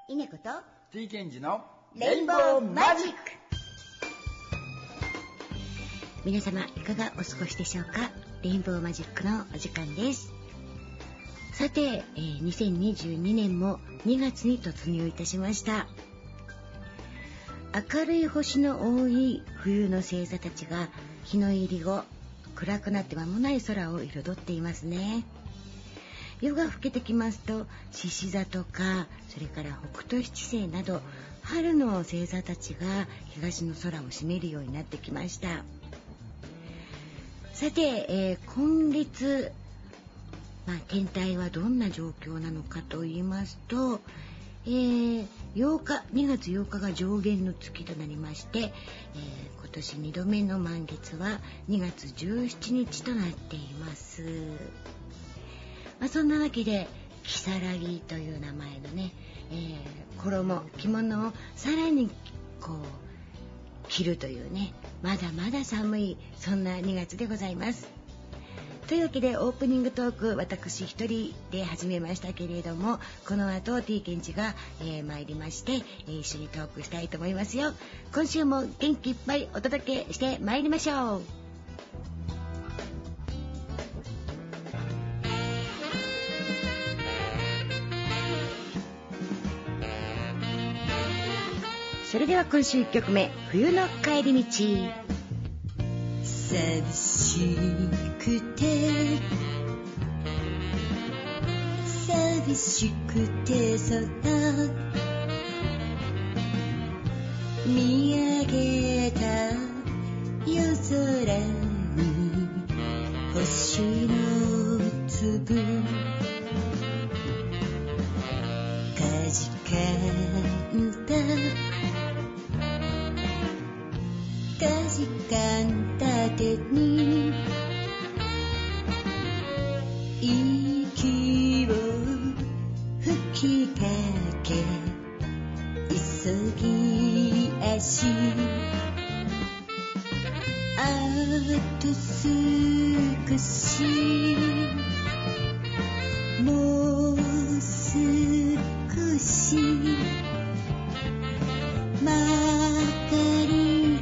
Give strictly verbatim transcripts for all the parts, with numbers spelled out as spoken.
稲子と T ケンジのレインボーマジック。皆様いかがお過ごしでしょうか。レインボーマジックのお時間です。さて、えー、にせんにじゅうにねんもにがつに突入いたしました。明るい星の多い冬の星座たちが日の入り後、暗くなって間もない空を彩っていますね。夜が更けてきますと、獅子座とか、それから北斗七星など春の星座たちが東の空を占めるようになってきました。さて、えー、今月、まあ、天体はどんな状況なのかと言いますと、えー、ようかにがつようかが上限の月となりまして、えー、今年にどめの満月はにがつじゅうしちにちとなっています。まあ、そんなわけで如月という名前のね、えー、衣着物をさらにこう着るというね、まだまだ寒いそんなにがつでございます。というわけでオープニングトーク、私一人で始めましたけれども、この後 T ケンジが、えー、参りまして、えー、一緒にトークしたいと思いますよ。今週も元気いっぱいお届けして参りましょう。それでは今週いっきょくめ、冬の帰り道。 寂しくて寂しくて空見上げた夜空に星の粒かじかんだかじかんだ手に息を吹きかけ急ぎ足あと少しもう少し曲がり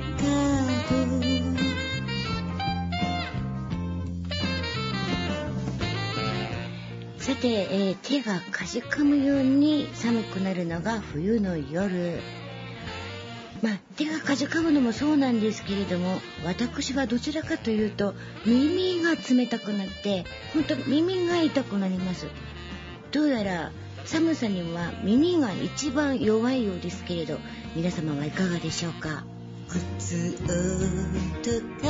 さて、えー、手がかじかむように寒くなるのが冬の夜。まあ、手がかじかむのもそうなんですけれども、私はどちらかというと耳が冷たくなって本当に耳が痛くなります。どうやら寒さには耳が一番弱いようですけれど、皆様はいかがでしょうか。 靴音が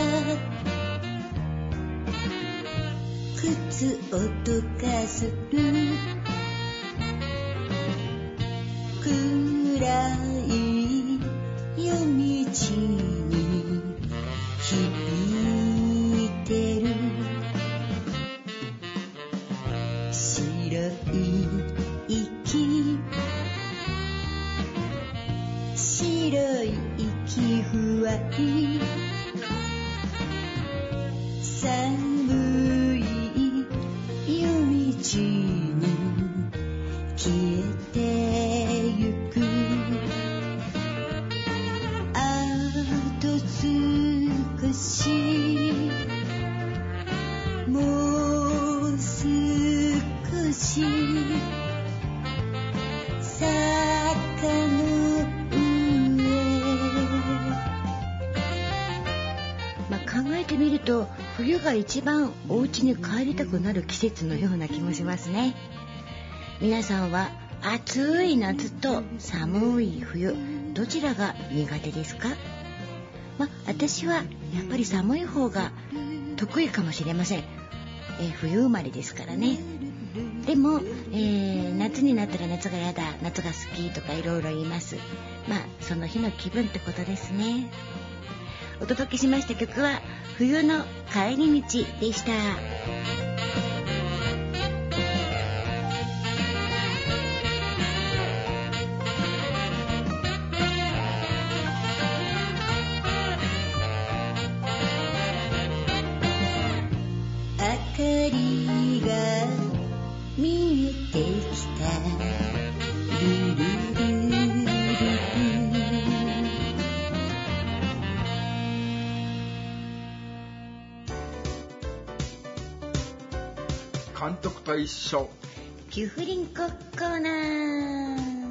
靴音がする暗い夜道に響いてる白い息白い息ふわり寒い夜道に消えてゆくあと少しもう少し坂のまあ、考えてみると冬が一番お家に帰りたくなる季節のような気もしますね。皆さんは暑い夏と寒い冬、どちらが苦手ですか？まあ、私はやっぱり寒い方が得意かもしれません。えー、冬生まれですからね。でも、えー、夏になったら夏がやだ、夏が好きとかいろいろ言います。まあその日の気分ってことですね。お届けしました曲は冬の帰り道でした。 明かりが見えてきたルルル監督と一緒キュフリンココーナー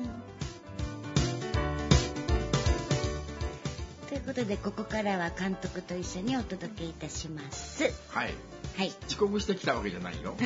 ということで、ここからは監督と一緒にお届けいたします。 はい、 はい、 遅刻してきたわけじゃないよ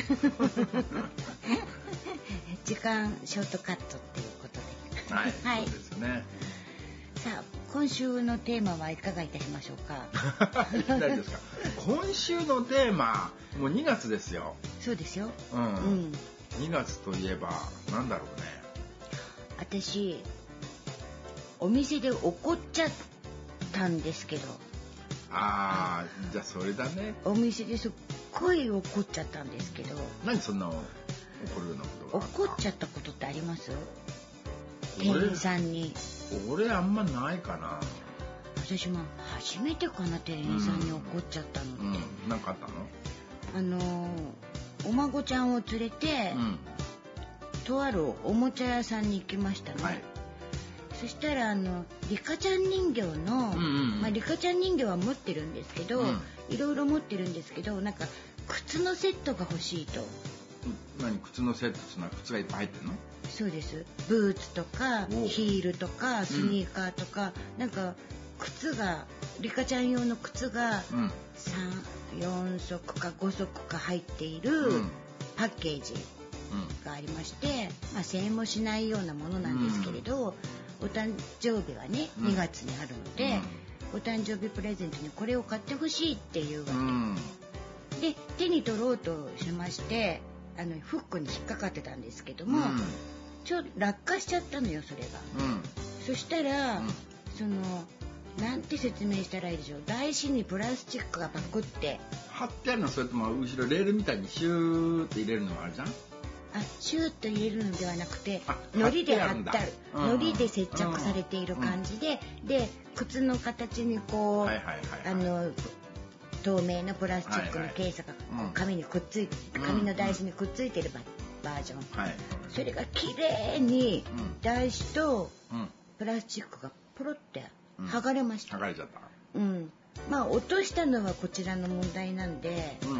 時間ショートカットっていうことではい、 はい、 そうですね。 さあ、今週のテーマはいかがいたしましょうか何ですか今週のテーマ、もうにがつですよ。 そうですよ、 うん、 うん、 にがつといえばなんだろうね。 私お店で怒っちゃったんですけど。 ああ、じゃあそれだね。 お店ですっごい怒っちゃったんですけど。 何そんな怒るようなことが。 怒っちゃったことってあります？店員さんに。 俺あんまないかな。 私も初めてかな、店員さんに怒っちゃったのって。うんうん、なんかあったの？ あのー、お孫ちゃんを連れて、うん、とあるおもちゃ屋さんに行きましたね。はい、そしたらあのリカちゃん人形の、うんうんうん、まあ、リカちゃん人形は持ってるんですけど、うん、いろいろ持ってるんですけど、なんか靴のセットが欲しいと。 何、靴のセットってのは靴がいっぱい入ってるの？そうです。ブーツとかヒールとかスニーカーとか、うん、なんか靴がリカちゃん用の靴がさん、よんそくかごそくか入っているパッケージがありまして、まあ、せんえんもしないようなものなんですけれど、うん、お誕生日はねにがつにあるので、うん、お誕生日プレゼントにこれを買ってほしいっていうわけ、うん、で手に取ろうとしまして、あのフックに引っかかってたんですけども、うん、ちょっと落下しちゃったのよ、それが、うん、そしたら、うん、そのなんて説明したらいいでしょう、台紙にプラスチックがパクって貼ってあるの？それとも後ろレールみたいにシューって入れるのもあるじゃん。あ、 シューッと入れるのではなくて、糊で貼ってある、糊で接着されている感じで、うん、で靴の形にこう、はいはいはいはい、あの透明のプラスチックのケースが紙にくっついて、うん、紙の台紙にくっついてるバージョン、はい、それが綺麗に台紙とプラスチックがポロって剥がれました、 うん、剥がれちゃった、 うん、まあ落としたのはこちらの問題なんで、うん、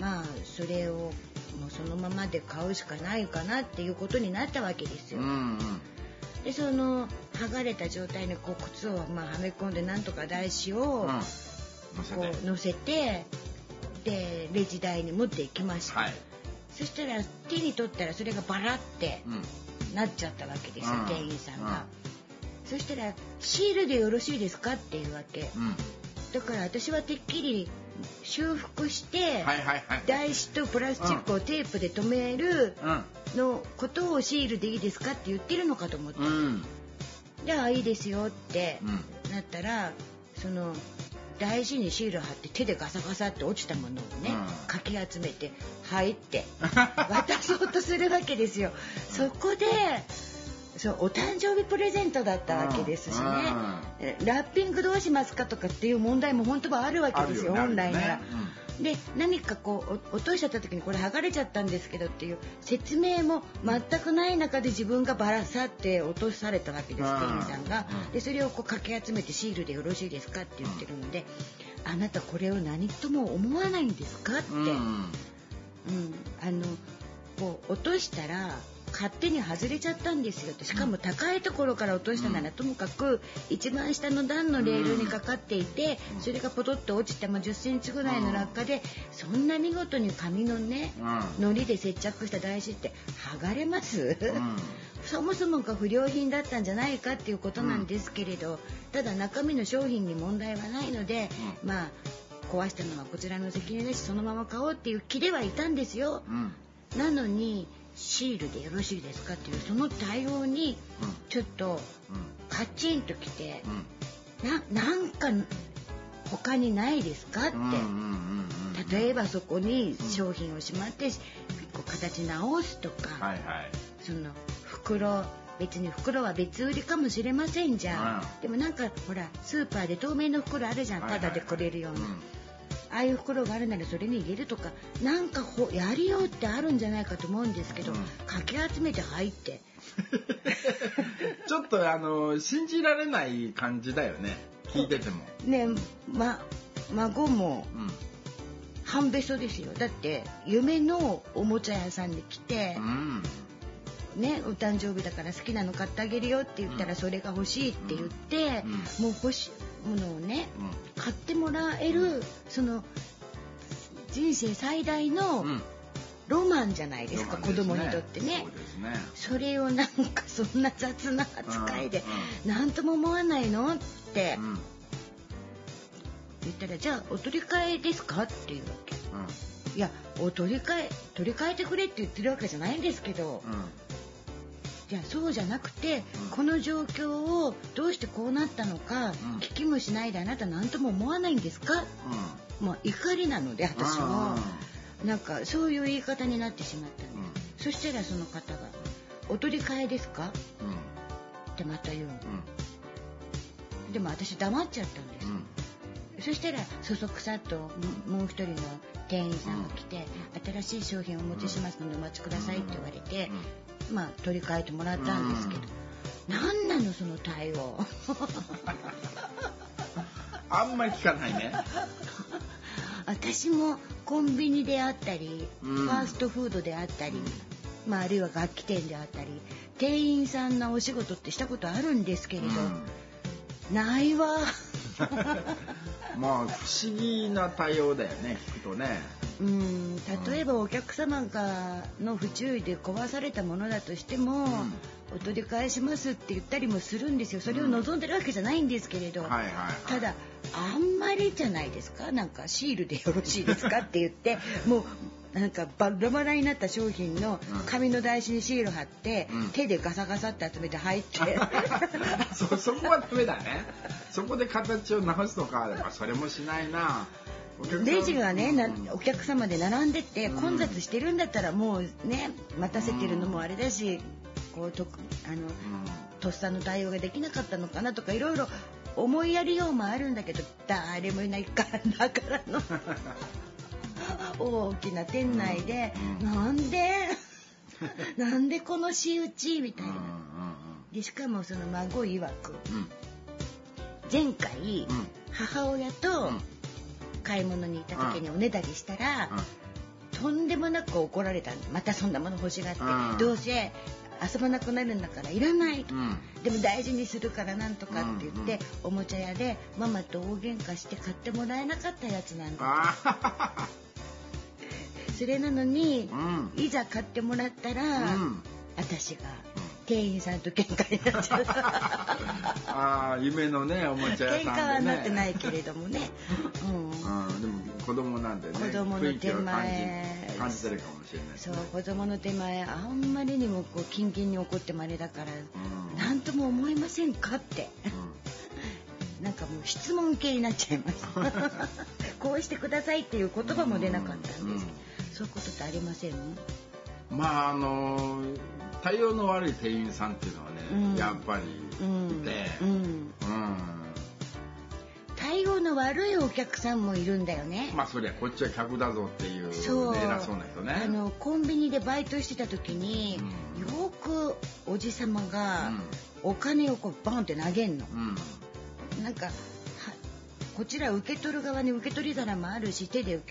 まあそれをもうそのままで買うしかないかなっていうことになったわけですよ、うんうん、でその剥がれた状態にこう靴をまあはめ込んでなんとか台紙を、うんこう乗せて、でレジ台に持っていきました、はい、そしたら手に取ったらそれがバラってなっちゃったわけですよ、うん、店員さんが、うん、そしたらシールでよろしいですかっていうわけ、うん、だから私はてっきり修復して、はいはいはい、台紙とプラスチックをテープで留めるのことをシールでいいですかって言ってるのかと思った、うん、じゃあいいですよってなったら、その台紙にシール貼って手でガサガサって落ちたものをね、うん、かき集めて入って渡そうとするわけですよ。そこでそうお誕生日プレゼントだったわけですしね、うん、ラッピングどうしますかとかっていう問題も本当はあるわけですよ、本来なら。で何かこう落としちゃった時にこれ剥がれちゃったんですけどっていう説明も全くない中で自分がバラさって落とされたわけです、店員さんが。でそれをこうかき集めてシールでよろしいですかって言ってるので、あなたこれを何とも思わないんですかって、うんうん、あのこう落としたら勝手に外れちゃったんですよって。しかも高いところから落としたならともかく一番下の段のレールにかかっていて、それがポトッと落ちてもじゅっセンチぐらいの落下でそんな見事に紙のね糊で接着した台紙って剥がれます？そもそもが不良品だったんじゃないかっていうことなんですけれど、ただ中身の商品に問題はないので、まあ壊したのはこちらの責任だしそのまま買おうっていう気ではいたんですよ。なのにシールでよろしいですかっていうその対応にちょっとカチンときて、な、なんか他にないですかって、例えばそこに商品をしまってこう形直すとか、はいはい、その袋別に袋は別売りかもしれませんじゃん、でもなんかほらスーパーで透明の袋あるじゃん、タダでくれるような、ああいう袋があるならそれに入れるとかなんかほやりようってあるんじゃないかと思うんですけど、うん、かき集めて入ってちょっとあの信じられない感じだよね、聞いててもね。ま孫も半べそですよ。だって夢のおもちゃ屋さんに来て、 うんね、お誕生日だから好きなの買ってあげるよって言ったら、それが欲しいって言って、 うんうん、 もう欲しいものをね、 うん、 買ってもらえる、その人生最大のロマンじゃないですか、うん、子供にとってね。 そうですね。 それをなんかそんな雑な扱いで何とも思わないのって言ったら、じゃあお取り替えですかっていうわけ、うん、いやお取り替え取り替えてくれって言ってるわけじゃないんですけど、うん、じゃあそうじゃなくて、うん、この状況をどうしてこうなったのか、うん、聞きもしないであなた何とも思わないんですか、うん、まあ怒りなので私もなんかそういう言い方になってしまったの、うん、そしたらその方がお取り替えですか、うん、ってまた言うの、うん、でも私黙っちゃったんです、うん、そしたらそそくさっともう一人の店員さんが来て、うん、新しい商品をお持ちしますのでお待ちくださいって言われて、うん、まあ取り替えてもらったんですけど、うん、何なのその対応あんまり聞かないね私もコンビニであったり、うん、ファーストフードであったり、まあ、あるいは楽器店であったり店員さんのお仕事ってしたことあるんですけれど、うん、ないわまあ不思議な対応だよね、聞くとね。 うん例えばお客様がの不注意で壊されたものだとしても、うん、お取り返しますって言ったりもするんですよ。それを望んでるわけじゃないんですけれど、うんはいはいはい、ただあんまりじゃないですか。なんかシールでよろしいですかって言ってもうなんかバラバラになった商品の紙の台紙にシール貼って、うん、手でガサガサって集めて入ってそ, そこはダメだね。そこで形を直すとかそれもしないな。 レジがね、うん、お客様で並んでて混雑してるんだったらもうね待たせてるのもあれだし、こうとあの、うん、とっさの対応ができなかったのかなとかいろいろ思いやりようもあるんだけど、誰もいないからだからの大きな店内で、うん、なんでなんでこの仕打ちみたいな、でしかもその孫曰く、うん、前回、うん、母親と買い物に行った時におねだりしたら、うん、とんでもなく怒られたんで、またそんなもの欲しがって、うん、どうせ遊ばなくなるんだからいらない、うん、でも大事にするからなんとかって言って、うんうん、おもちゃ屋でママと大喧嘩して買ってもらえなかったやつなんだそれなのに、うん、いざ買ってもらったら、うん、私が店員さんと喧嘩になっちゃうあー夢のねおもちゃ屋さんでね、喧嘩はなってないけれどもね、うん、 あでも子供なんでね、 子供の手前感じてるかもしれない、ね、 そう子供の手前あんまりにもこうキンキンに怒ってもあれだから、うん、なんとも思いませんかって、うん、なんかもう質問系になっちゃいますこうしてくださいっていう言葉も出なかったんですけど、うんうん、そういうことってありません？ まああの対応の悪い店員さんっていうのはね、うん、やっぱりいて、うんうんうん、 対応の悪いお客さんもいるんだよね。 まあそりゃこっちは客だぞっていうそう偉そうな人ね。 あのコンビニでバイトしてた時に、うん、よくおじさまがお金をこうバンって投げんの、うん、なんかこちら受け取る側に受け取り皿もあるし手で、うん、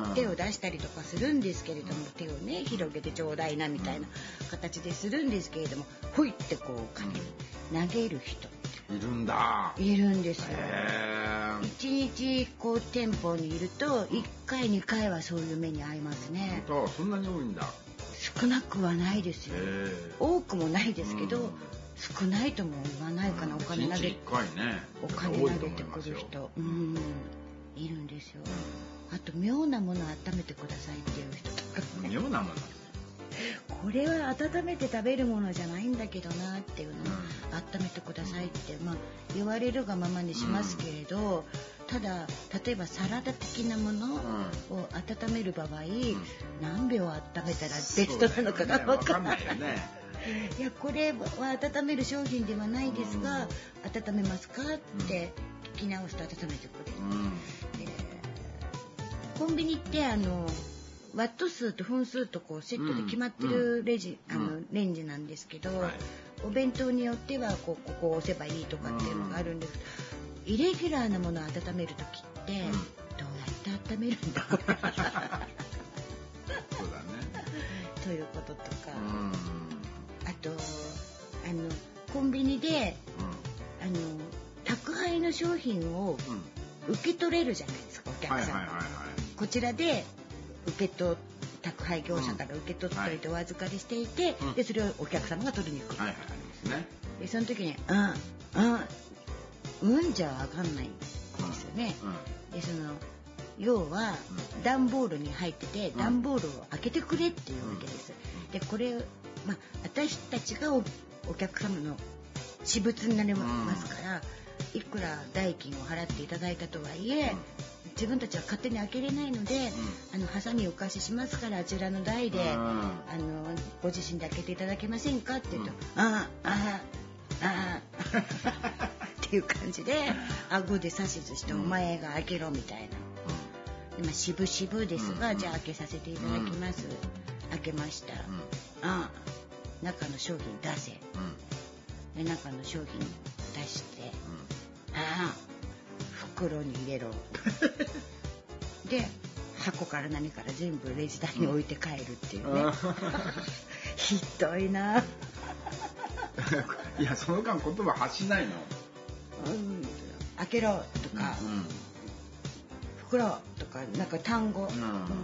手を出したりとかするんですけれども、手をね広げてちょうだいなみたいな形でするんですけれども、ほいってこう金投げる人いるんだ。 いるんですよ。一日こう店舗にいるといっかいにかいはそういう目に遭いますね。 そんなに多いんだ。 少なくはないですよ。多くもないですけど、うん、少ないとも言わないかな、うん、お金投げ、ね、お金投げてくる人、うん、いるんですよ。あと妙なものを温めてくださいっていう人とか、ね、 妙なものこれは温めて食べるものじゃないんだけどなっていうのを、うん、温めてくださいって、まあ、言われるがままにしますけれど、うん、ただ例えばサラダ的なものを温める場合、うん、何秒温めたらベストなのかが分からない。いやこれは温める商品ではないですが、うん、温めますかって聞き直すと温めてくれる、うんえー、コンビニってあのワット数と分数とこうセットで決まってるレジ、うん、あのレンジなんですけど、はい、お弁当によってはこうここを押せばいいとかっていうのがあるんですけど、うん、イレギュラーなものを温める時ってどうやっして温めるんだそうだねということとか、 うん、 あとあのコンビニで、うん、あの宅配の商品を受け取れるじゃないですか、お客さん、はいはいはいはい、こちらで受け取っ宅配業者から受け取っておいてお預かりしていて、うんはい、でそれをお客様が取りに行く、はいはいありますね、でその時に「うんうんうん」じゃ分かんないんですよね、うんうん、でその要は、うん、段ボールに入ってて、うん、段ボールを開けてくれっていうわけです、うん、でこれ、まあ、私たちが お, お客様の私物になりますから、うん、いくら代金を払っていただいたとはいえ、うん自分たちは勝手に開けれないので、うん、あのハサミをお貸ししますからあちらの台で、うん、あのご自身で開けていただけませんかって言うと、うん、あああああっていう感じで顎で指図して、うん、お前が開けろみたいな、うんまあ、渋々ですが、うん、じゃあ開けさせていただきます、うん、開けました、うん、あ中の商品出せ、うん、で中の商品出して、うん、ああ袋に入れろで箱から何から全部レジ台に置いて帰るっていうね、うん、ひどいな。 いやその間言葉発しないの、 うん、開けろとか、うんうん、袋とかなんか単語、うん、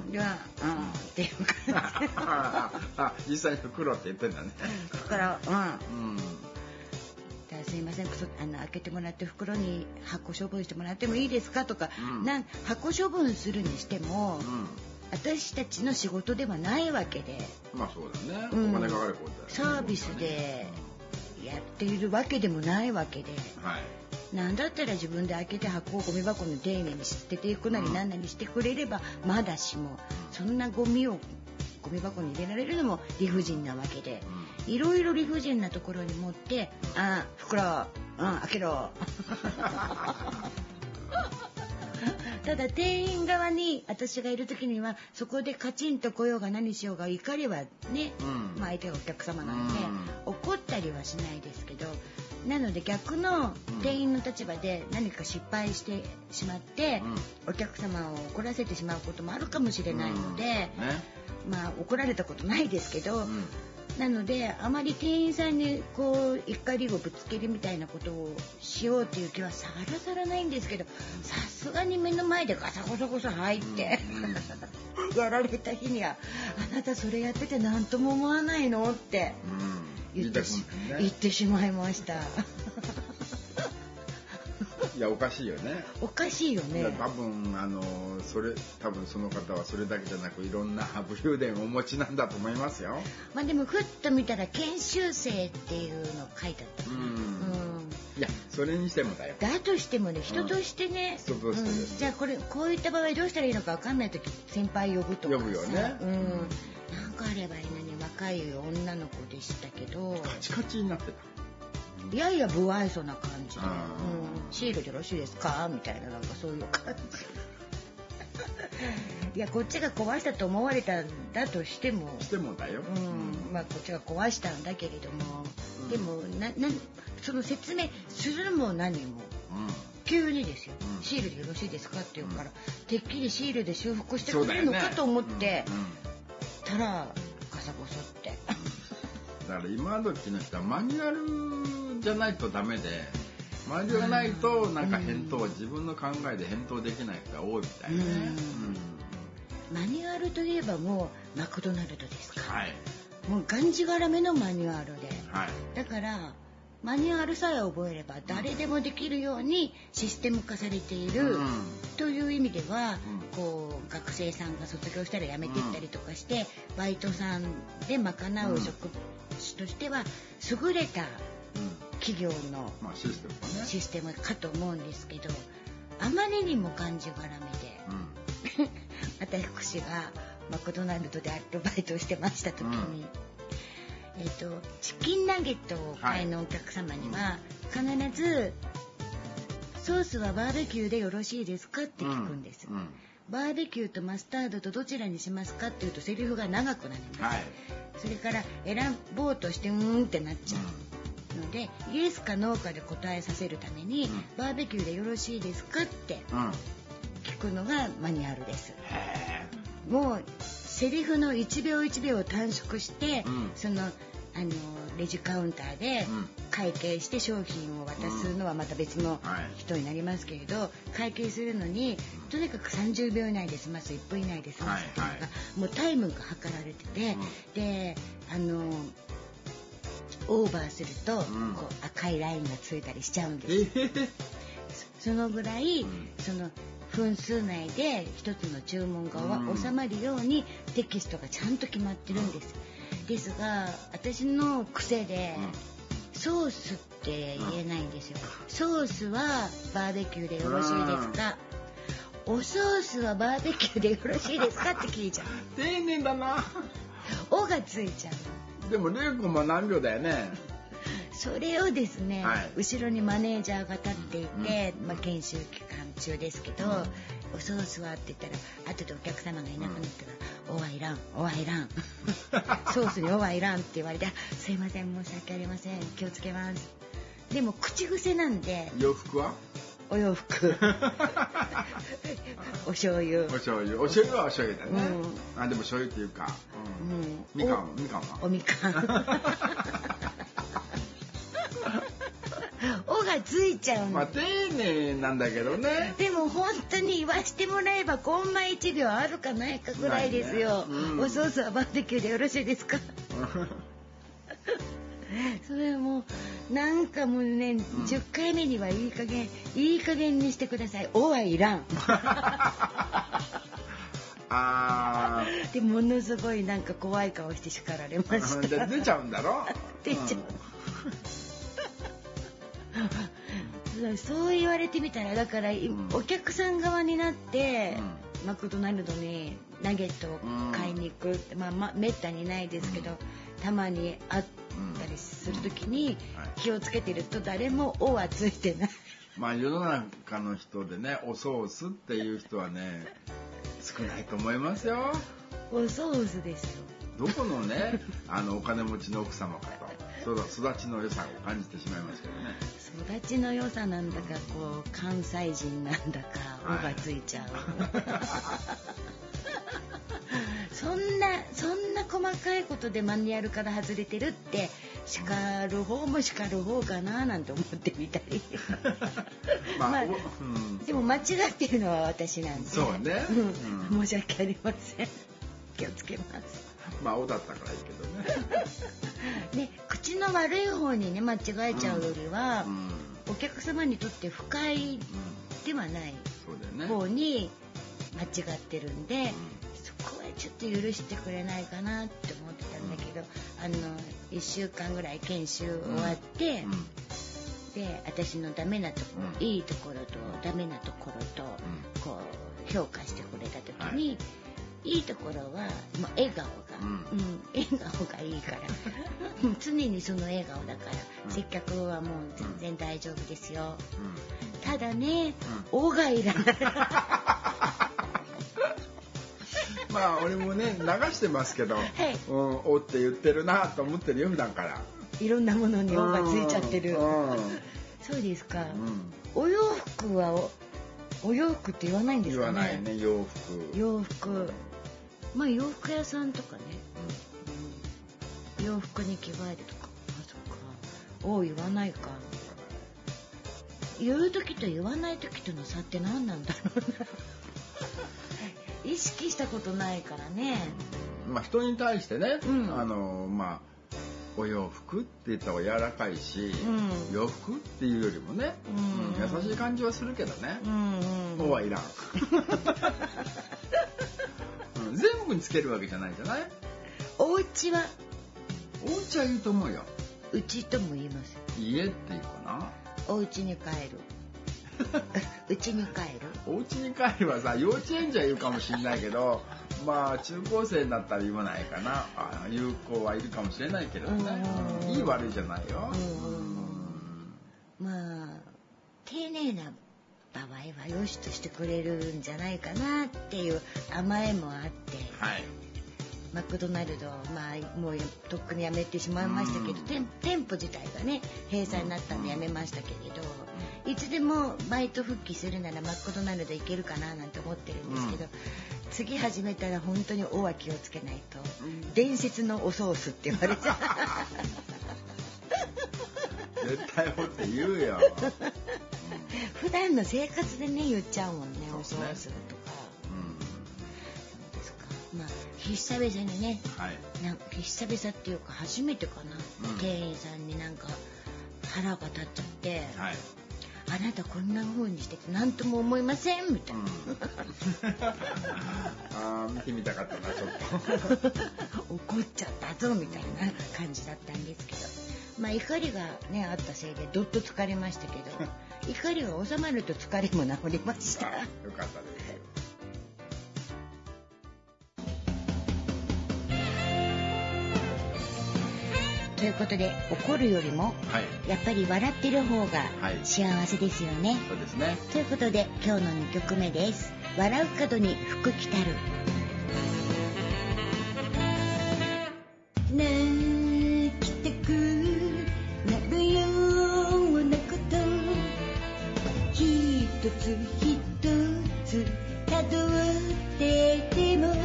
では、うん、っていう感じあ実際に袋って言ってんだね袋うん、うんすいませんあの開けてもらって袋に箱処分してもらってもいいですかとか、うん、なん箱処分するにしても、うん、私たちの仕事ではないわけでまあそうだね、うん、お金かかることだよね、 サービスでやっているわけでもないわけで、はい、なんだったら自分で開けて箱をゴミ箱に丁寧に捨てていくなり何なりしてくれればまだしも、そんなゴミをゴミ箱に入れられるのも理不尽なわけで、うん、いろいろ理不尽なところに持って「あ袋、うん、開けろ」ただ店員側に私がいる時にはそこでカチンと来ようが何しようが怒りはね、うんまあ、相手がお客様なので、うん、怒ったりはしないですけど、なので逆の店員の立場で何か失敗してしまって、うん、お客様を怒らせてしまうこともあるかもしれないので、うんねまあ怒られたことないですけど、うん、なのであまり店員さんにこう怒りをぶつけるみたいなことをしようという気はさらさらないんですけど、さすがに目の前でガサゴソゴソ入って、うん、やられた日にはあなたそれやってて何とも思わないのって言って、うん、言ってしまいました。 いやおかしいよね。 おかしいよね。 多分あのそれ多分その方はそれだけじゃなくいろんな武勇伝をお持ちなんだと思いますよ。 まあでもふっと見たら研修生っていうの書いてあった。うん。うん、 いやそれにしてもだよ。 だとしてもね人としてね。うん、人としてです、うん。じゃあこれこういった場合どうしたらいいのか分かんないとき先輩呼ぶとかさ。 呼ぶよね。 うん。なんかあればいいのに若い女の子でしたけど。 カチカチになってた。 いやいや不愛想な感じで、うん、シールでよろしいですかみたいななんかそういう感じいやこっちが壊したと思われたんだとしてもしてもだよ、 うん、まあこっちが壊したんだけれども、うん、でもななその説明するも何も、うん、急にですよ、うん、シールでよろしいですかって言うから、うん、てっきりシールで修復してくれるのかと思って、ねうんうん、たらガサゴソってだから今時の人はマニュアルじゃないとダメで、マニュアルがないとなんか返答、うん、自分の考えで返答できない人が多いみたいね、うんうん、 マニュアルといえばもうマクドナルドですか、 はい、 もうがんじがらめのマニュアルで、はい、だからマニュアルさえ覚えれば誰でもできるようにシステム化されている、うん、という意味では、うん、こう学生さんが卒業したら辞めていったりとかして、うん、バイトさんで賄う職種としては優れた企業のシステムかと思うんですけど、あまりにもがんじがらめで、うん、私がマクドナルドでアルバイトをしてました時に、うんえー、とチキンナゲットをお買いのお客様には、はい、必ずソースはバーベキューでよろしいですかって聞くんです、うんうん、バーベキューとマスタードとどちらにしますかっていうとセリフが長くなります、はい、それから選ぼうとしてうーんってなっちゃうので、うん、イエスかノーかで答えさせるために、うん、バーベキューでよろしいですかって聞くくのがマニュアルです。 へもうセリフのいちびょういちびょうを短縮して、 うん、 そのあのレジカウンターで会計して商品を渡すのはまた別の人になりますけれど、会計するのにとにかくさんじゅうびょう以内で済ます、いっぷん以内で済ますっていうのが、はいはい、もうタイムが測られてて、うん、であのオーバーすると、うん、こう赤いラインがついたりしちゃうんです、えー、そ, そのぐらい、うん、その分数内で一つの注文が、うん、収まるようにテキストがちゃんと決まってるんです、うん、ですが私の癖で、うん、ソースって言えないんですよ、うん、ソースはバーベキューでよろしいですか、うん、おソースはバーベキューでよろしいですかって聞いちゃう。 丁寧だな。 おがついちゃう。でもれいこも何秒だよね。 それをですね、はい、後ろにマネージャーが立っていて、 うん、 まあ、研修期間中ですけど、うん、おソースはって言ったら後でお客様がいなくなったら、うん、おはいらんおはいらんソースにおはいらんって言われて、すいません申し訳ありません気をつけます。でも口癖なんで。 洋服はお洋服お醤油お醤油お醤油はお醤油だね、うん、あでも醤油っていうか、うんうん、みかんみかんはおみかんおがついちゃうの。 まあ丁寧なんだけどね。 でも本当に言わしてもらえばコンマいちびょうあるかないかぐらいですよ、ね、うん、おソースはバーベキューでよろしいですかそれもなんかもうね、うん、じゅっかいめにはいい加減いい加減にしてください。おはいらんあでものすごいなんか怖い顔して叱られました。 出ちゃうんだろ出ちゃう、うん、そう言われてみたらだから、うん、お客さん側になって、うん、マクドナルドにナゲットを買いに行くって、うん、まあ、まあめったにないですけど、うん、たまにあったりする時に気をつけてると誰も「お」はついてない。 まあ世の中の人でねおソースっていう人はね少ないと思いますよ。 おソースですよ。 どこのねあのお金持ちの奥様かと育ちの良さを感じてしまいますけどね。 育ちの良さなんだかこう関西人なんだか「お」がついちゃう、はい、そんなそんな細かいことでマニュアルから外れてるって叱る方も叱る方かななんて思ってみたりまあ、まあうん、でも間違ってるのは私なんでそうね、 うん、申し訳ありません気をつけます。 まあ「お」だったからいいけどねね、口の悪い方にね間違えちゃうよりは、うんうん、お客様にとって不快ではない方に間違ってるんで、うん、そこはちょっと許してくれないかなって思ってたんだけど、うん、あのいっしゅうかんぐらい研修終わって、うんうん、で私のダメなところ、うん、いいところとダメなところと、うん、こう評価してくれた時に、はい、いいところはもう笑顔が、うんうん、笑顔がいいから常にその笑顔だから、うん、接客はもう全然大丈夫ですよ、うん、ただね「お」がいらないまあ俺もね流してますけど「はい、うん、お」って言ってるなと思ってるよ普段から。 いろんなものに「お」がついちゃってる。そうですか、うん、お洋服は お, お洋服って言わないんですかね。 言わないね洋服。 洋服まあ洋服屋さんとかね、うんうん、洋服に着替えるとか、あそっか、お言わないか。言う時と言わない時との差って何なんだろうな意識したことないからね。 まあ人に対してね、うん、あのまあお洋服って言った方が柔らかいし、うん、洋服っていうよりもね、うんうん、優しい感じはするけどね、うんうん、おはいらん全部につけるわけじゃないじゃない。 お家はお家はいいと思うよ。 うちとも言います。 家っていうかな。 お家に帰るうちに帰るお家に帰るはさ幼稚園児は言うかもしれないけどまあ中高生になったら言わないかな。あ言う子はいるかもしれないけどね、うん、いい悪いじゃないよ、 うん、まあ丁寧な場合は良しとしてくれるんじゃないかなっていう甘えもあって、 はい、 マクドナルド、まあ、もうとっくに辞めてしまいましたけど、うん、店, 店舗自体がね閉鎖になったんで辞めましたけれど、うん、いつでもバイト復帰するならマクドナルド行けるかななんて思ってるんですけど、うん、次始めたら本当に大は気をつけないと、うん、伝説のおソースって言われちゃう絶対ほって言うよ普段の生活でね言っちゃうもんね、おソースとか、うん、そうですか。まあ久々にね、はい、なん久々っていうか初めてかな、うん、店員さんになんか腹が立っちゃって、はい、あなたこんな風にして何とも思いませんみたいな、 うん、あ見てみたかったなちょっと怒っちゃったぞみたいな感じだったんですけど、まあ怒りがねあったせいでどっと疲れましたけど怒りが収まると疲れも治りました。 よかったです。 ということで怒るよりも、はい、やっぱり笑ってる方が幸せですよね、はい、 そうですね。 ということで今日のにきょくめです。笑う角に福来たる。 泣きたくなるようなこと一つ一つ数えてでも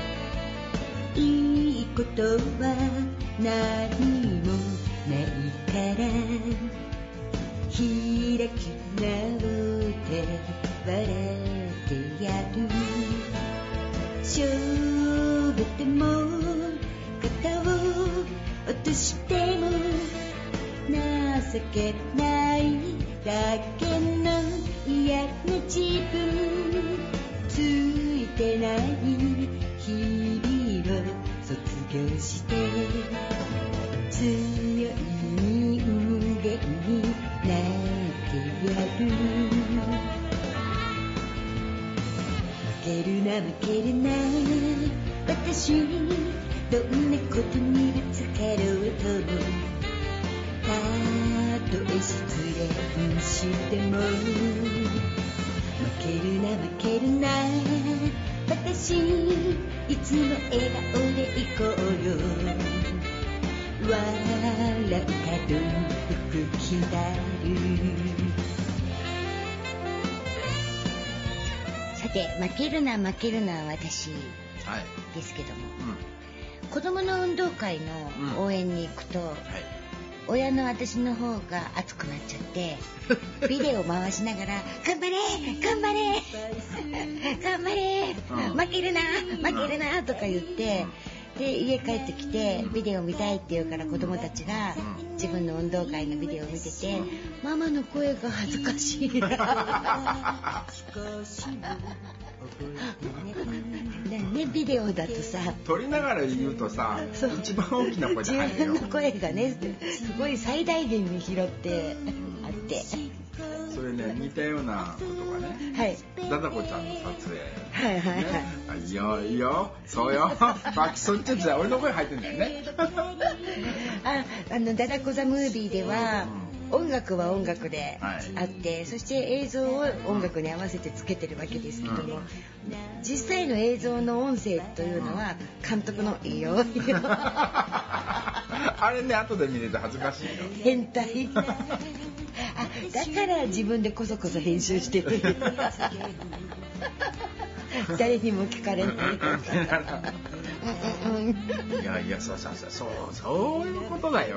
いいことは何もないから開き直って笑ってやる。しょべても肩を落としても情けないだけの嫌な自分ついてない日々を卒業して強い人間になってやる。負けるな負けるな私どんなことにぶつかろうともたとえ失恋しても負けるな負けるな私いつも笑顔でいこうよ。笑う角福来たる。 さて負けるな負けるな私ですけども、はいうん、子どもの運動会の応援に行くと、うんはい、親の私の方が熱くなっちゃってビデオ回しながら頑張れ頑張れ頑張れ、うん、負けるな負けるなとか言って、で家帰ってきてビデオ見たいって言うから子供たちが自分の運動会のビデオを見ててママの声が恥ずかしいね、ビデオだとさ撮りながら言うとさ一番大きな声で入るよ。 自分の声がねすごい最大限に拾ってあってそれね似たようなことがね、はい、ダダコちゃんの撮影、 はいはいはい、ね、 いいよいいよそうよバキそっちじゃ俺の声入ってんだよねああのダダコザムービーでは、うん、音楽は音楽であって、はい、そして映像を音楽に合わせてつけてるわけですけども、うん、実際の映像の音声というのは監督のいいよいいよあれね後で見ると恥ずかしいよ。 変態あだから自分でこそこそ編集してる誰にも聞かれないいやいやそうそうそうそうそういうことだよ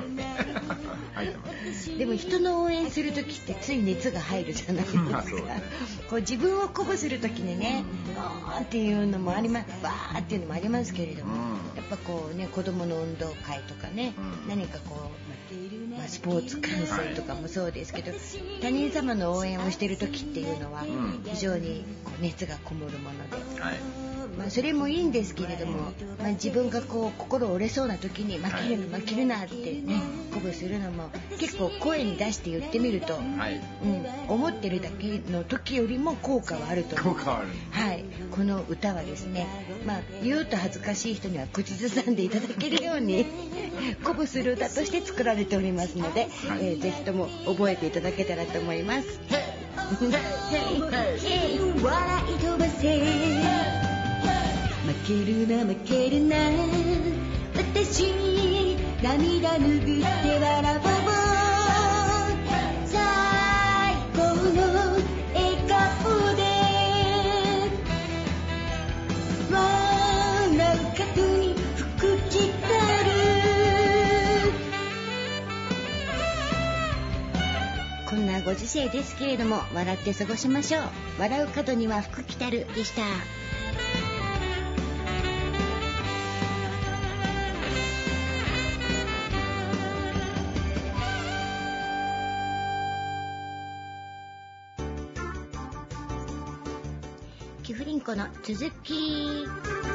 でも人の応援する時ってつい熱が入るじゃないですか、まあそうね、こう自分を鼓舞する時にねバーっていうのもありますバーっていうのもありますけれども、うん、やっぱこうね子供の運動会とかね、うん、何かこう、まあ、スポーツ観戦とかもそうですけど、はい、他人様の応援をしてる時っていうのは非常にこう熱がこもるもので、はいまあ、それもいいんですけれども、まあ、自分がこう心折れそうな時に負けるの負けるなってね鼓舞するのも結構声に出して言ってみると、はいうん、思ってるだけの時よりも効果はあると思う。 効果はある、 はい、この歌はですね、まあ、言うと恥ずかしい人には口ずさんでいただけるように鼓舞する歌として作られておりますので、はいえー、ぜひとも覚えていただけたらと思います。笑い飛ばせ負けるな負けるな私涙拭って笑おう最高の笑顔で笑う角に吹く光るこんなご時世ですけれども笑って過ごしましょう。笑う角には福来たるでした。キフリンコの続き。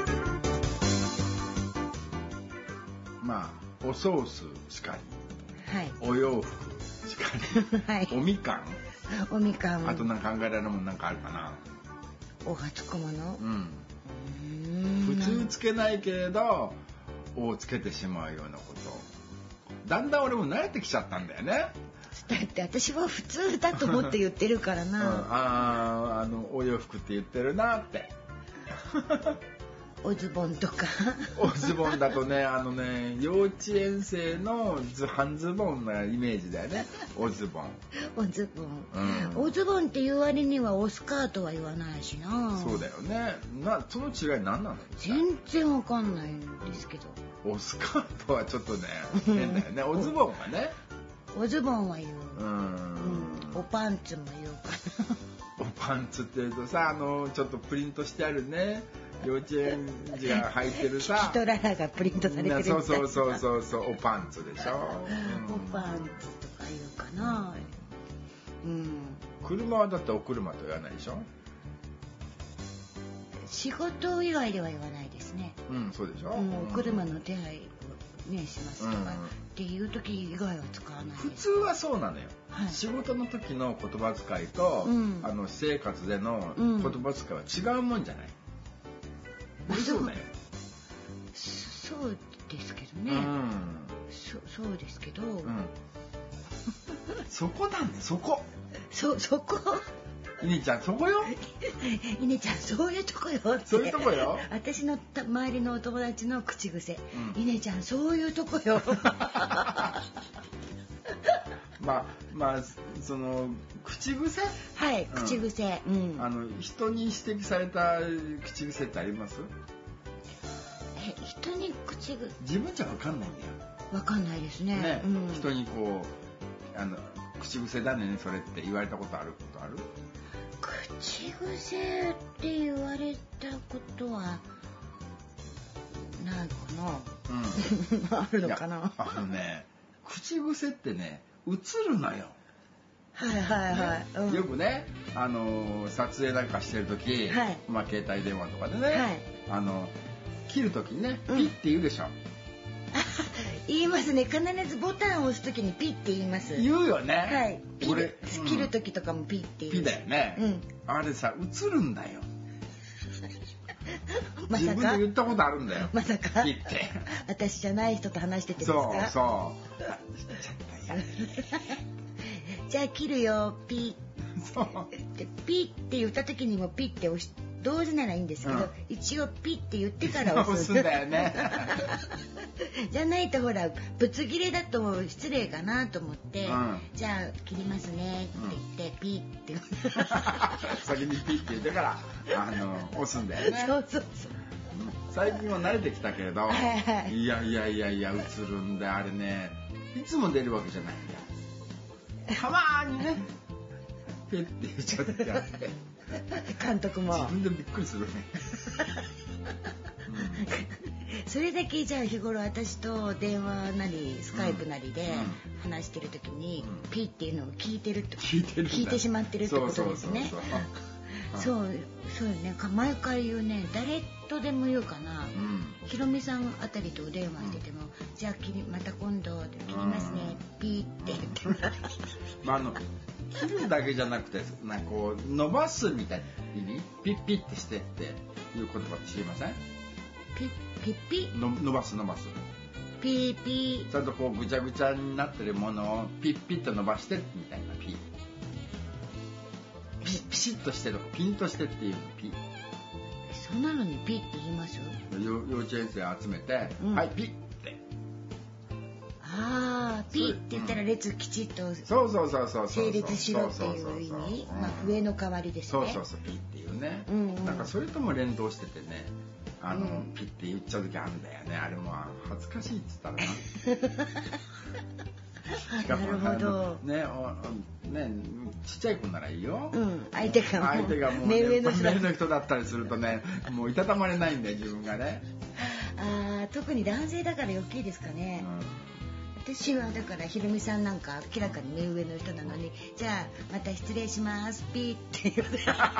まあおソースしかり、 はい、 お洋服しかり、 はい、 おみかん、 おみかん、 あとなんか考えられるもんなんかあるかな。 おがつくもの、 うん、普通つけないけれどおをつけてしまうようなこと。だんだん俺も慣れてきちゃったんだよね。 だって私は普通だと思って言ってるからな、うん、 ああのお洋服って言ってるなっておズボンとかおズボンだとね、あのね幼稚園生の半ズボンなイメージだよね。おズボンおズボン、 うん、 おズボンっていう割にはおスカートは言わないしな。 そうだよね。なその違い何なの？ 全然わかんないんですけど。 おスカートはちょっとね変だよね。おズボンはね、 おズボンは言う、 うん、うん、 おパンツも言うかなおパンツって言うとさ、あのちょっとプリントしてあるね、幼稚園児が履いてるさキトララがプリントされてるみたいな。 そうそうそうそうそう、おパンツでしょ、うん、 おパンツとか言うかな、うん、 車はだってお車と言わないでしょ。 仕事以外では言わないですね。 うん、そうでしょ、 うん、お車の手配をねしますとか、うん、っていう時以外は使わないです。 普通はそうなのよ、はい、仕事の時の言葉遣いと、うん、あの生活での言葉遣いは違うもんじゃない、うん、そうね。 そうですけどね、うん、そ, そうですけど、うん、 そこなんだ、そこそそこイネちゃんそこよイネちゃんそういうとこよって、 そういうとこよ。 私の周りのお友達の口癖、うん、イネちゃんそういうとこよまあまあその口癖、 はい、うん、口癖、うん、 あの人に指摘された口癖ってあります？ え、人に口癖、 自分じゃ分かんないんだよ。 分かんないですね。 ね、 うん、 人にこうあの口癖だねそれって言われたことあることある？ 口癖って言われたことはないかな、うん、あるのかな。 あのね、口癖ってね映るのよ。 はいはいはい、 ね、うん、よくね、あのー、撮影なんかしてる時、はい、まあ携帯電話とかでね、はい、あの切る時にねピッて言うでしょ、うん、 言いますね。必ずボタンを押す時にピッて言います。 言うよね。 はい。ピッ、切る時とかもピッて言う。 ピだよね。うん。あれさ映るんだよ。 まさか。 自分で言ったことあるんだよ。 まさか。 ピッて。 私じゃない人と話しててですか。 そうそう。 じゃあ切るよピッ。そう。 でピッて言った時にもピッて押し同時ならいいんですけど、うん、一応ピッて言ってから押す。 押すんだよね。 じゃないとほらぶつ切れだと失礼かなと思って、うん、じゃあ切りますねって言って、うん、ピッて先にピッて言ってからあの押すんだよね。 そうそうそう。 最近は慣れてきたけれど、はいはい、いやいやいやいや映るんだあれね。いつも出るわけじゃないんだ。たまーにねピッて言っちゃってやって監督も自分でびっくりするね。 うん、それだけじゃあ日頃私と電話なりスカイプなりで話してる時に、うん、ピーっていうのを聞いてるって聞いてる聞いてしまってるってことですね。そうそうね。毎回言うね。誰とでも言うかな、うん、ひろみさんあたりとお電話してても、うん、じゃあ切りまた今度切りますね、うん、ピーって言ってまああの切るだけじゃなくてなんかこう伸ばすみたいな意味、ピッピッってしてっていう言葉って知りません？ ピッピッピの伸ばす伸ばすピーピーちゃんとこうぐちゃぐちゃになってるものをピッピッと伸ばしてみたいなピーピピシッとしてるピンとしてっていうピそんなのにピって言います？ 幼稚園生集めて、うん、はいピって。 ああ、ピって言ったら列きちっと成立しろっていう意味。まあ笛の代わりですね。 そうそうそう、ピっていうね。うんうん、なんかそれとも連動しててね、あの、うん、ピって言っちゃう時あるんだよね。あれも恥ずかしいっつったらな。 なるほど。 ね、ね、ちっちゃい子ならいいよ。 うん、相手がもう相手がもう、ね、目上の人だの人だったりするとね、もういたたまれないんだよ自分がね。 ああ、特に男性だから余計ですかね。うん、私はだからひろみさんなんか明らかに目上の人なのに、じゃあまた失礼しますピーって言う。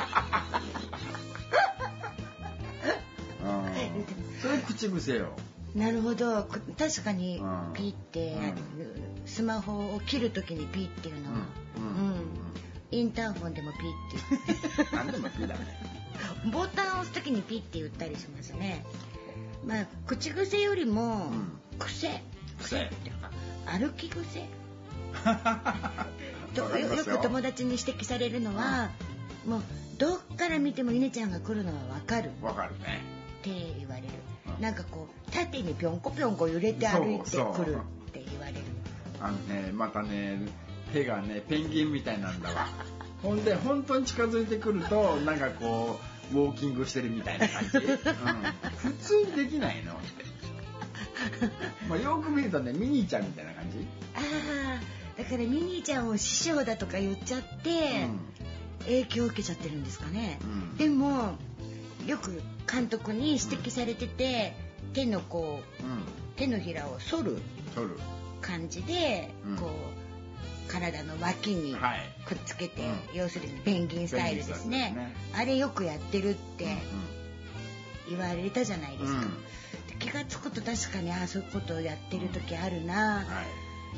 それ口癖よ。 なるほど、確かにピーって、うん、スマホを切るときにピーっていうのは、うんうんうん、インターホンでもピーって言って何でもピーだね。 ボタンを押すときにピーって言ったりしますね。まあ口癖よりも、うん、癖癖っていうか歩き癖と よ, よく友達に指摘されるのは、うん、もうどっから見ても稲ちゃんが来るのは分かる分かるねって言われる。なんかこう縦にぴょんこぴょんこ揺れて歩いてくるって言われる。 あのね、またね、手がねペンギンみたいなんだわ。ほんで本当に近づいてくるとなんかこうウォーキングしてるみたいな感じ、うん、普通にできないのって。まあよく見るとねミニーちゃんみたいな感じ。 ああ、だからミニーちゃんを師匠だとか言っちゃって、うん、影響を受けちゃってるんですかね、うん、でもよく監督に指摘されてて、うん、手のこう、うん、手のひらを反る感じで、うん、こう体の脇にくっつけて、はい、要するにペンギンスタイルですね、ね、あれよくやってるって言われたじゃないですか、うん、気がつくと確かにああそういうことをやってる時あるな、はい、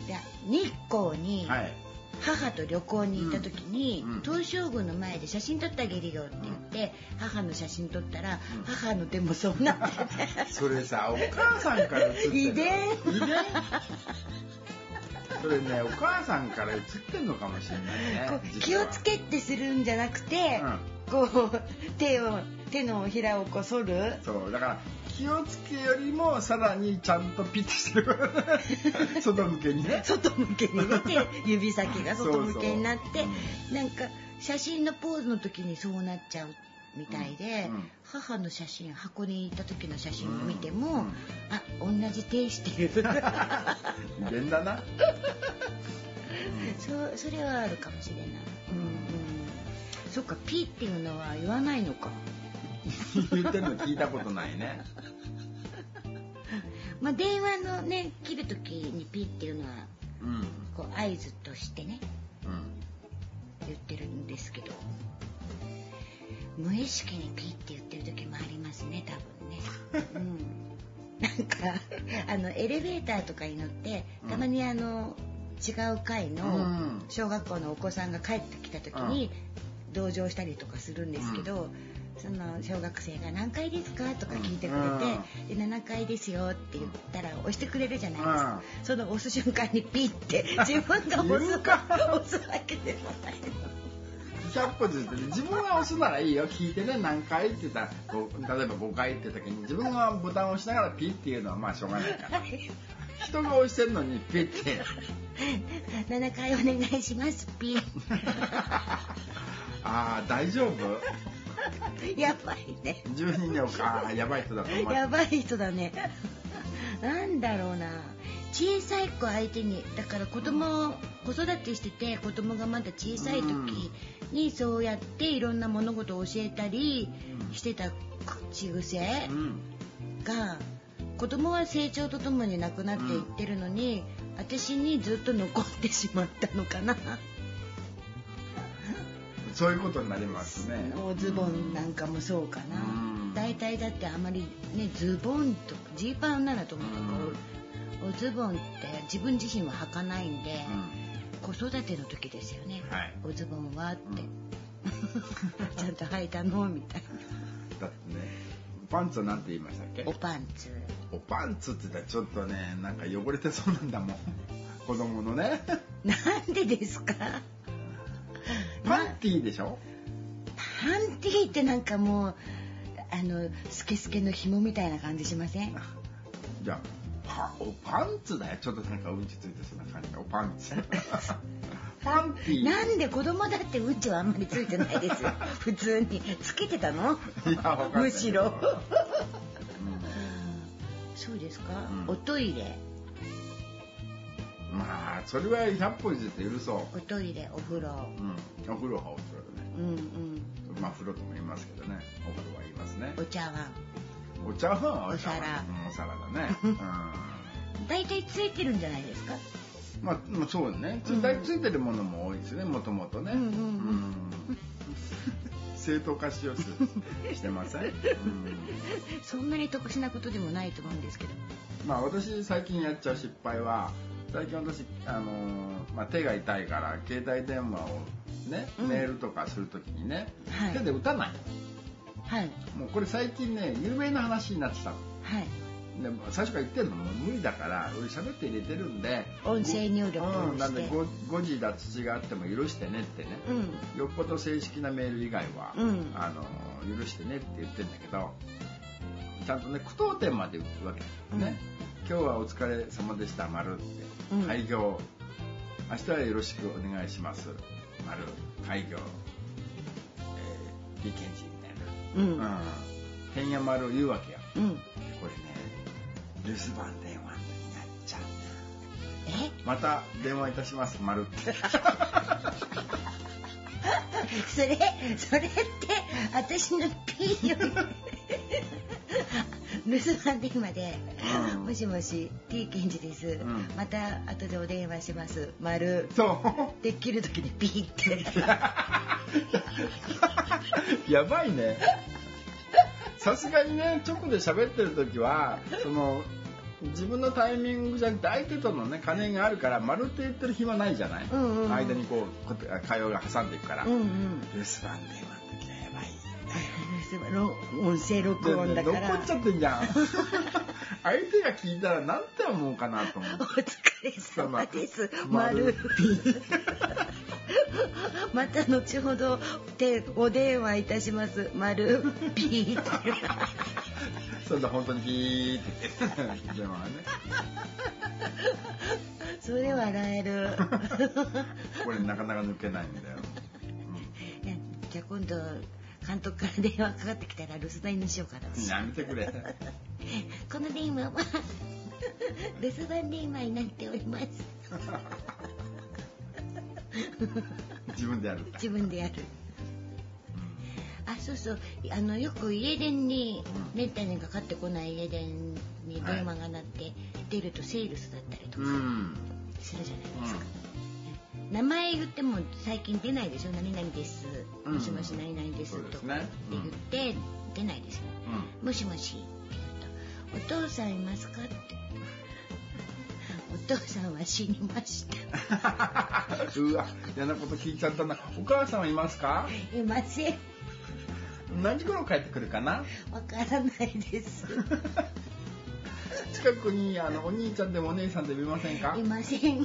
で日光に、はい、母と旅行に行った時に、うん、東照宮の前で写真撮ってあげるよって言って、うん、母の写真撮ったら、うん、母の手もそうなっててそれさお母さんから写ってる遺伝遺伝それねお母さんから写ってんのかもしれないね。 気をつけってするんじゃなくて、うん、こう手を手のひらをこう反る。 そうだから気をつけよりもさらにちゃんとピッてしてる外向けにね外向けにね指先が外向けになってそうそう、うん、なんか写真のポーズの時にそうなっちゃうみたいで、うんうん、母の写真箱に行った時の写真を見ても、うんうん、あ同じ手してる遺伝だなそ, それはあるかもしれない、うんうん、そっかピーっていうのは言わないのか言ってるの聞いたことないねまあ電話のね切る時にピーっていうのは、うん、こう合図としてね、うん、言ってるんですけど無意識にピーって言ってる時もありますね多分ね、うん、なんかあのエレベーターとかに乗ってたまにあの、違う階の小学校のお子さんが帰ってきた時に同乗したりとかするんですけど、その小学生が何階ですかとか聞いてくれて、でななかいですよって言ったら押してくれるじゃないですか。その押す瞬間にピッて自分が押すか押すわけでもないの。 ひゃっぽずつ自分が押すならいいよ聞いてね何回って言ったら例えばごかいって時に自分がボタンを押しながらピッっていうのはまあしょうがないから。人が押してるのにピッてななかいお願いしますピッああ大丈夫やばいねじゅうにんでああやばい人だと思うやばい人だねなんだろうな小さい子相手にだから子供子育てしてて子供がまだ小さい時にそうやっていろんな物事を教えたりしてた口癖が子供は成長とともになくなっていってるのに、うん、私にずっと残ってしまったのかなそういうことになりますね。 おズボンなんかもそうかな、うん、大体だってあまりねズボンとかジーパンならともかく、うん、おズボンって自分自身は履かないんで、うん、子育ての時ですよね、はい、おズボンはって、うん、ちゃんと履いたのみたいな。だってねパンツはなんて言いましたっけ？ おパンツ。 おパンツって言ったらちょっとねなんか汚れてそうなんだもん子供のねなんでですか？ パンティーでしょ？ パンティーってなんかもうあのスケスケの紐みたいな感じしません？ じゃあパおパンツだよ。ちょっとなんかうんちついてそうな感じがおパンツパンティー。 なんで子供だってうんちはあんまりついてないですよ普通につけてたの？ いやわかんないむしろ、 うん、 そうですか、 うん、 おトイレ。 まあそれはひゃっぽ譲って許そう。 おトイレ、お風呂、 うん、お風呂はお風呂だね。 うんうん、 まあ風呂とも言いますけどね、お風呂は言いますね。 お茶碗、 お茶碗、 お皿、 うん、お皿だね。うん、 大体ついてるんじゃないですか？ まあ、まあ、そうね。つ、大体ついてるものも多いですね、もともとね。うんうんうん、正当化しようとしてません、うん、 そんなに特殊なことでもないと思うんですけど。 まあ私最近やっちゃう失敗は、最近私、あのーまあ、手が痛いから携帯電話をね、うん、メールとかするときにね、はい、手で打たない。はい。もうこれ最近ね、有名な話になってたの。はい。で最初から言ってるのも無理だから俺喋って入れてるんで音声入力をして、 うん、なんで誤字脱字があっても許してねってね、うん、よっぽど正式なメール以外は、うん、あの許してねって言ってるんだけど、ちゃんとね句読点まで打つわけね、うん、今日はお疲れ様でした丸って、うん、開業明日はよろしくお願いします丸開業、えー、理研寺みたいな、うんうん、変や丸言うわけよ、うん、これね留守番電話になっちゃうな。え？また電話いたします。丸って。 それそれって私の P より留守番電話で、うん、もしもし T ケンジです、うん、また後でお電話します丸。そうできる時にピーってやばいね。さすがにね、直で喋ってる時はその自分のタイミングじゃなくて相手とのね兼ね合いがあるから丸って言ってる暇ないじゃない、うんうんうん、間にこう会話が挟んでいくから、うんうん、留守番電話の時はやばい、 音声録音だから残っちゃってんじゃん相手が聞いたらなんて思うかなと思って。 お疲れ様です丸また後ほどでお電話いたします丸ピーってそれで本当にピーって電話ねそれ笑えるこれなかなか抜けないんだよ、 うん、いやじゃあ今度監督から電話かかってきたら留守番にしようかな。 やめてくれこの電話は留守番電話になっております自分でやる自分でやる、うん、あそうそうあのよく家電にめったにかかってこない家電に電話が鳴って出るとセールスだったりとかするじゃないですか、うん、名前言っても最近出ないでしょ。何々です、うん、もしもし何々です、うん、とかって言って出ないですよ、うん、もしもしって言うとお父さんいますかってお父さんは死にましたうわ嫌なこと聞いちゃったな。お母さんはいますか？ いません。 何時頃帰ってくるかな？ わからないです近くにあのお兄ちゃんでもお姉さんでもいませんか？ いません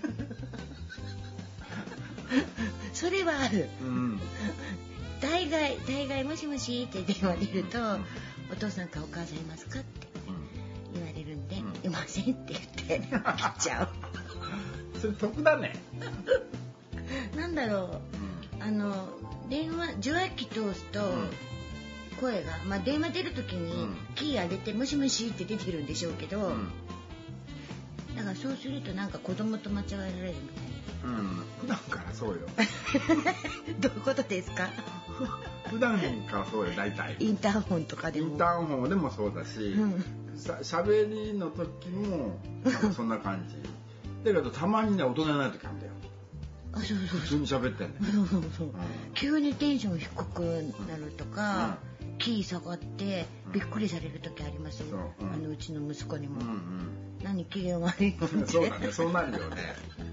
それはある、うん、大概大概もしもしって電話出ると、うん、お父さんかお母さんいますかって言われるんで、うん、いませんって言って切っちゃうそれ得だねなんだろう、うん、あの電話受話器通すと、うん声が、まあ、電話出る時にキー上げてもしもしって出てるんでしょうけど、うん、だからそうするとなんか子供と間違えられるみたいな。うん、普段からそうよどういうことですか？ 普段からそうよ大体。 インターホンとかでも。 インターホンでもそうだし、うん、さ喋りの時もそんな感じだけどたまにね大人になる時あるんだよ。 あそうそうそう普通に喋ってんね。 そうそうそう、うん、急にテンション低くなるとか、うん、キー下がってびっくりされる時ありますよ、うん、あのうちの息子にも、うんうん、何機嫌悪いのってそうだねそうなるよね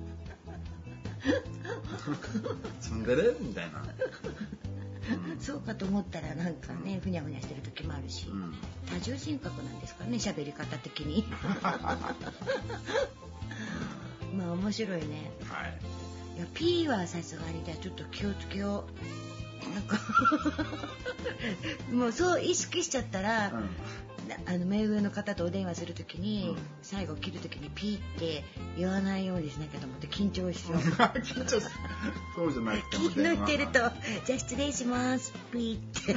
積んでるみたいな、 うん、そうかと思ったらなんかねふにゃふにゃしてる時もあるし、うん、多重人格なんですかね喋り方的にまあ面白いね。はい。いや P はさすがにじゃあちょっと気をつけよう。 なんかもうそう意識しちゃったら、うん、あの目上の方とお電話するときに、うん、最後切るときにピーって言わないようにしなきゃと思って緊張しちゃう緊張するそうじゃない気抜いてるとじゃあ失礼しますピーって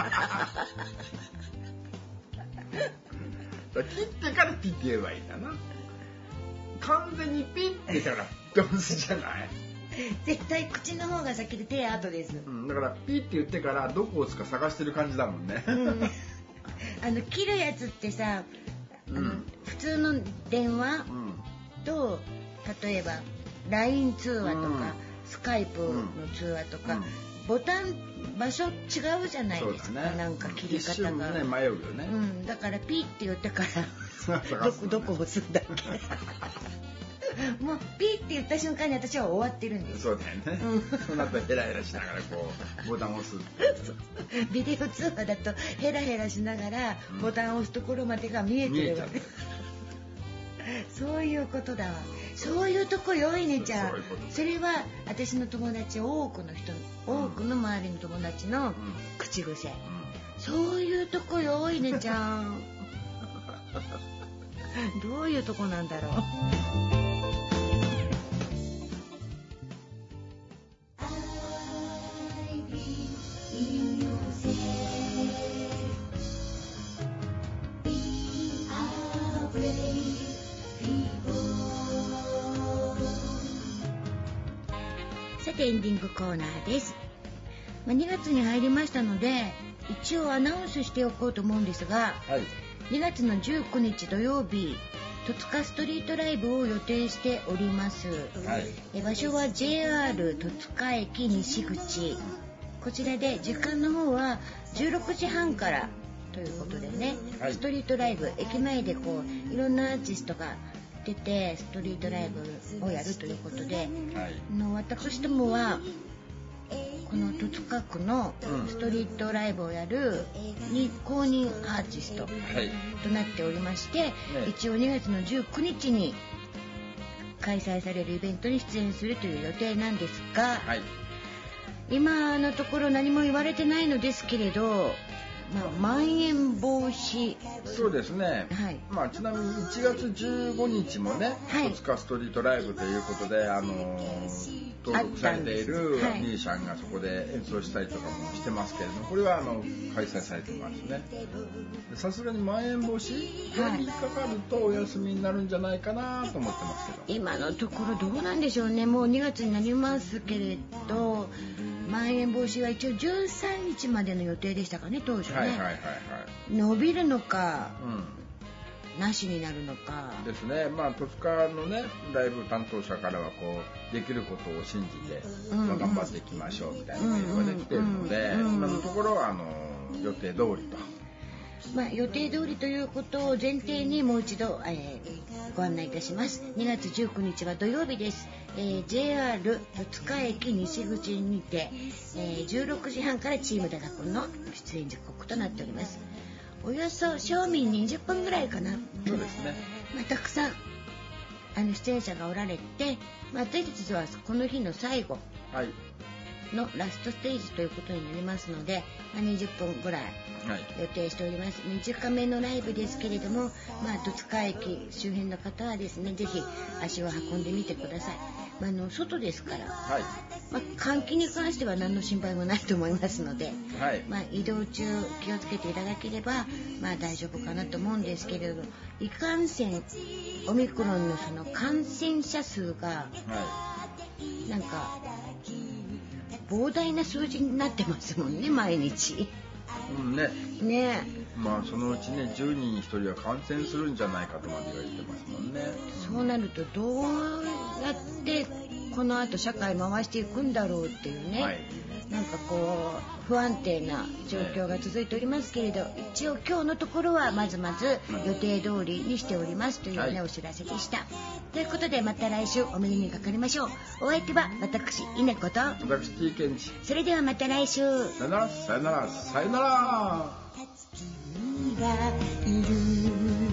切ってからピッて言えばいいんだな。完全にピッて言ったらどうすじゃない絶対口の方が先で手後です、 うん、だからピッて言ってからどこを押すか探してる感じだもんね、うん、 あの切るやつってさ、あの、うん、普通の電話と、うん、例えば ライン 通話とか、うん、スカイプの通話とか、うん、ボタン場所違うじゃないですか、ね、なんか切り方が一瞬ね迷うよね、 うん、だからピッて言ってからどこどこ押すんだっけもうピーって言った瞬間に私は終わってるんです。 そうだよね、うん、その後ヘラヘラしながらこうボタンを押すビデオ通話だとヘラヘラしながらボタンを押すところまでが見えてるわけ、うん、そういうことだわ。そういうとこよいねちゃん。 そ, それは私の友達多くの人、うん、多くの周りの友達の口癖、うん、そういうとこよいねちゃんどういうとこなんだろう。さてエンディングコーナーです。まあ、にがつに入りましたので一応アナウンスしておこうと思うんですが、はい、にがつのじゅうくにち土曜日戸塚ストリートライブを予定しております、はい、え場所は ジェイアール 戸塚駅西口、こちらで時間の方はじゅうろくじはんからということでね、はい、ストリートライブ駅前でこういろんなアーティストが出てストリートライブをやるということで、はい、の私どもはこの戸塚区のストリートライブをやるに公認アーティストとなっておりまして、はいね、一応にがつのじゅうくにちに開催されるイベントに出演するという予定なんですが、はい、今のところ何も言われてないのですけれど、まあ、まん延防止そうですね、はい、まあ、ちなみにいちがつじゅうごにちもね、はい、戸塚ストリートライブということで、あのー、登録されているミュージシャンがそこで演奏したりとかもしてますけれども、これはあの開催されてますね。さすがにまん延防止これに引っかかるとお休みになるんじゃないかなと思ってますけど、 今のところどうなんでしょうね。もうにがつになりますけれど、まん延防止は一応じゅうさんにちまでの予定でしたかね、当初ね、はいはいはいはい、伸びるのか、うん、なしになるのかですね。まあ戸塚のねライブ担当者からはこうできることを信じて、うんうんまあ、頑張っていきましょうみたいなメールができてるので、うんうんうん、今のところはあの予定通りと、 まあ、予定通りということを前提にもう一度、えー、ご案内いたします。にがつじゅうくにちは土曜日です。えー、ジェイアール 戸塚駅西口にて、えー、じゅうろくじはんからチームダダ君の出演時刻となっております。およそ正味にじゅっぷんぐらいかな。 そうですね、 まあ、たくさんあの出演者がおられて、まあ、私たちはこの日の最後のラストステージということになりますので、まあ、にじゅっぷんぐらい予定しております。短めのライブですけれども、まあ、戸塚駅周辺の方はですね、ぜひ足を運んでみてください。まあ、あの外ですから、はい、まあ、換気に関しては何の心配もないと思いますので、はい、まあ、移動中気をつけていただければ、まあ、大丈夫かなと思うんですけれど、いかんせんオミクロンのその感染者数が、はい、なんか膨大な数字になってますもんね、毎日。 うんね。 ね。 まあそのうちねじゅうにんにひとりは感染するんじゃないかとまで言われてますもんね。 そうなるとどうやってこの後社会回していくんだろうっていうね、はい、なんかこう不安定な状況が続いておりますけれど、一応今日のところはまずまず予定通りにしておりますというね、はい、お知らせでした。ということでまた来週お目にかかりましょう。お相手は私稲子と私 T ケンジ。 それではまた来週。 さよならさよならさよなら。 君がいる